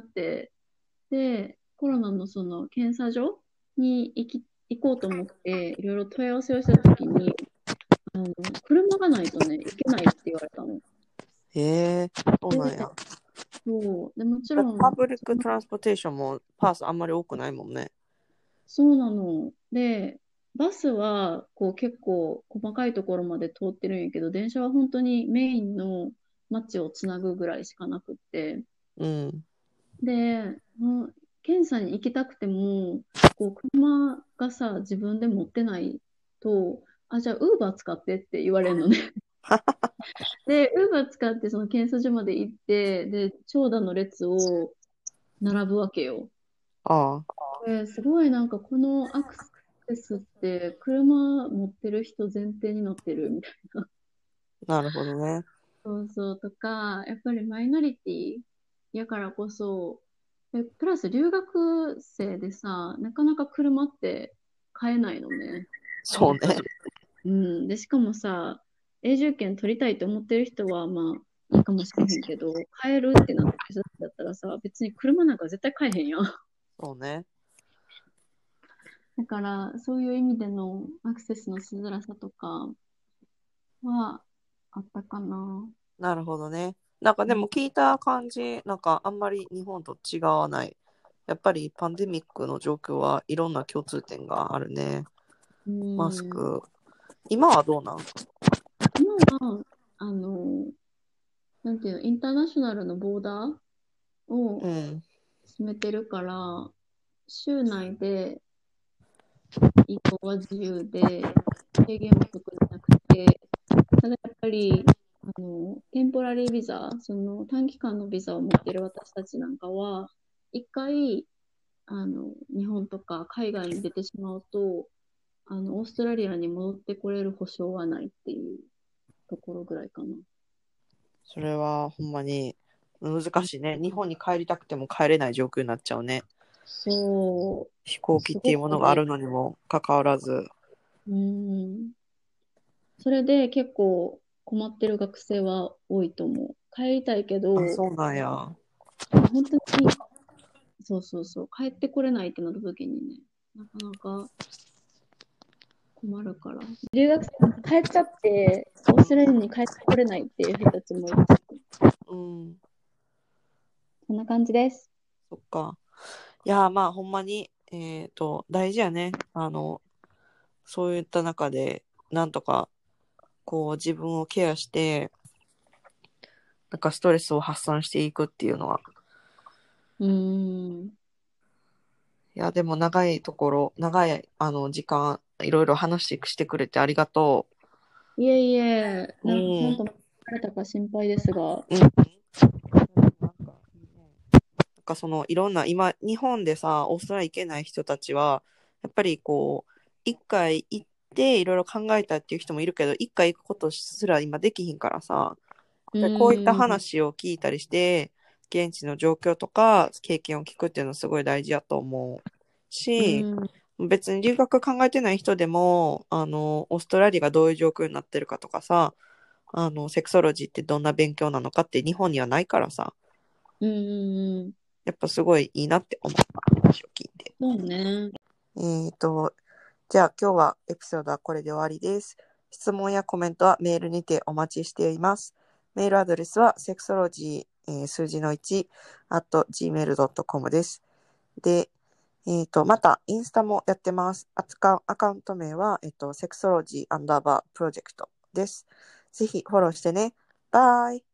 Speaker 1: で、コロナのその検査所に行き、行こうと思って、いろいろ問い合わせをしたときに、あの、車がないとね、行けないって言われたの。
Speaker 2: へえ、そうなん
Speaker 1: で、
Speaker 2: や。
Speaker 1: そう。で、もち
Speaker 2: だ
Speaker 1: ろん、
Speaker 2: ってパブリックトランスポーテーションもパースあんまり多くないもんね。
Speaker 1: そうなの。で、バスは、こう結構細かいところまで通ってるんやけど、電車は本当にメインの街をつなぐぐらいしかなくって、
Speaker 2: うん。
Speaker 1: で、もう検査に行きたくても、こう車がさ、自分で持ってないと、あ、じゃあ、ウーバー使ってって言われるのね。で、ウーバー使ってその検査所まで行って、で、長蛇の列を並ぶわけよ。
Speaker 2: ああ、
Speaker 1: ですごいなんかこのアクセスって車持ってる人前提になってるみたいな。
Speaker 2: なるほどね。
Speaker 1: そうそうとか、やっぱりマイノリティやからこそ、えプラス留学生でさ、なかなか車って買えないのね。
Speaker 2: そうね。
Speaker 1: やっぱり。うん。で、しかもさ、永住権取りたいと思ってる人はまあいいかもしれへんけど、買えるってなってる人だったらさ、別に車なんか絶対買えへんやん。
Speaker 2: そうね。
Speaker 1: だから、そういう意味でのアクセスのしづらさとかはあったかな。
Speaker 2: なるほどね。なんかでも聞いた感じ、なんかあんまり日本と違わない。やっぱりパンデミックの状況はいろんな共通点があるね。
Speaker 1: う
Speaker 2: マス
Speaker 1: ん。
Speaker 2: ク。今はどうなん？
Speaker 1: 今は、あの、なんていうの、インターナショナルのボーダーを
Speaker 2: うん。
Speaker 1: 決めてるから、州内で移動は自由で、制限も特になくて、ただやっぱり、あの、テンポラリービザ、その短期間のビザを持ってる私たちなんかは、一回、あの、日本とか海外に出てしまうと、あの、オーストラリアに戻ってこれる保証はないっていうところぐらいかな。
Speaker 2: それはほんまに難しいね。日本に帰りたくても帰れない状況になっちゃうね。
Speaker 1: そ
Speaker 2: 飛行
Speaker 1: う、す
Speaker 2: 機っていうも
Speaker 1: ごくね、
Speaker 2: のがあるのにもかかわらず。
Speaker 1: うん、それで結構困ってる学生は多いと思う。帰りたいけ
Speaker 2: あ、
Speaker 1: ど、
Speaker 2: そうなんや。
Speaker 1: そう本当に、そうそうそう、帰ってこれないってなった時にね、なかなか困るから。留学生なんか帰っちゃって、オーストラリアに帰ってこれないっていう人たちもいる。
Speaker 2: うん。
Speaker 1: そんな感じです。
Speaker 2: そっか。いや、まあほんまに、えっと、大事やね。あの、そういった中で、なんとか、こう自分をケアして、なんかストレスを発散していくっていうのは。
Speaker 1: うーん。
Speaker 2: いや、でも長いところ、長い、あの、時間、いろいろ話してしてくれてありがと
Speaker 1: いえいえ、
Speaker 2: う。う
Speaker 1: なんかちゃん
Speaker 2: ん。
Speaker 1: と疲れたか心配ですが。
Speaker 2: うん。なんかいいね、なんかそのいろんな今日本でさオーストラリア行けない人たちはやっぱりこう一回行っていろいろ考えたっていう人もいるけど一回行くことすら今できひんからさ、
Speaker 1: う
Speaker 2: でこういった
Speaker 1: ーん。
Speaker 2: 話を聞いたりして現地の状況とか経験を聞くっていうのはすごい大事やと思う
Speaker 1: う
Speaker 2: し、
Speaker 1: ーん。
Speaker 2: 別に留学考えてない人でもあのオーストラリアがどういう状況になってるかとかさ、あのセクソロジーってどんな勉強なのかって日本にはないからさ、
Speaker 1: うーん。
Speaker 2: やっぱすごいいいなって思った話を聞いて。
Speaker 1: そうね。
Speaker 2: えーと、じゃあ今日はエピソードはこれで終わりです。質問やコメントはメールにてお待ちしています。メールアドレスはセクソロジえー数字のいち、アットジーメールドットコム です。で、えっ、と、また、インスタもやってます。アカアカウント名は、えっ、と、セクソロジーアンダーバープロジェクトです。ぜひフォローしてね。バイ。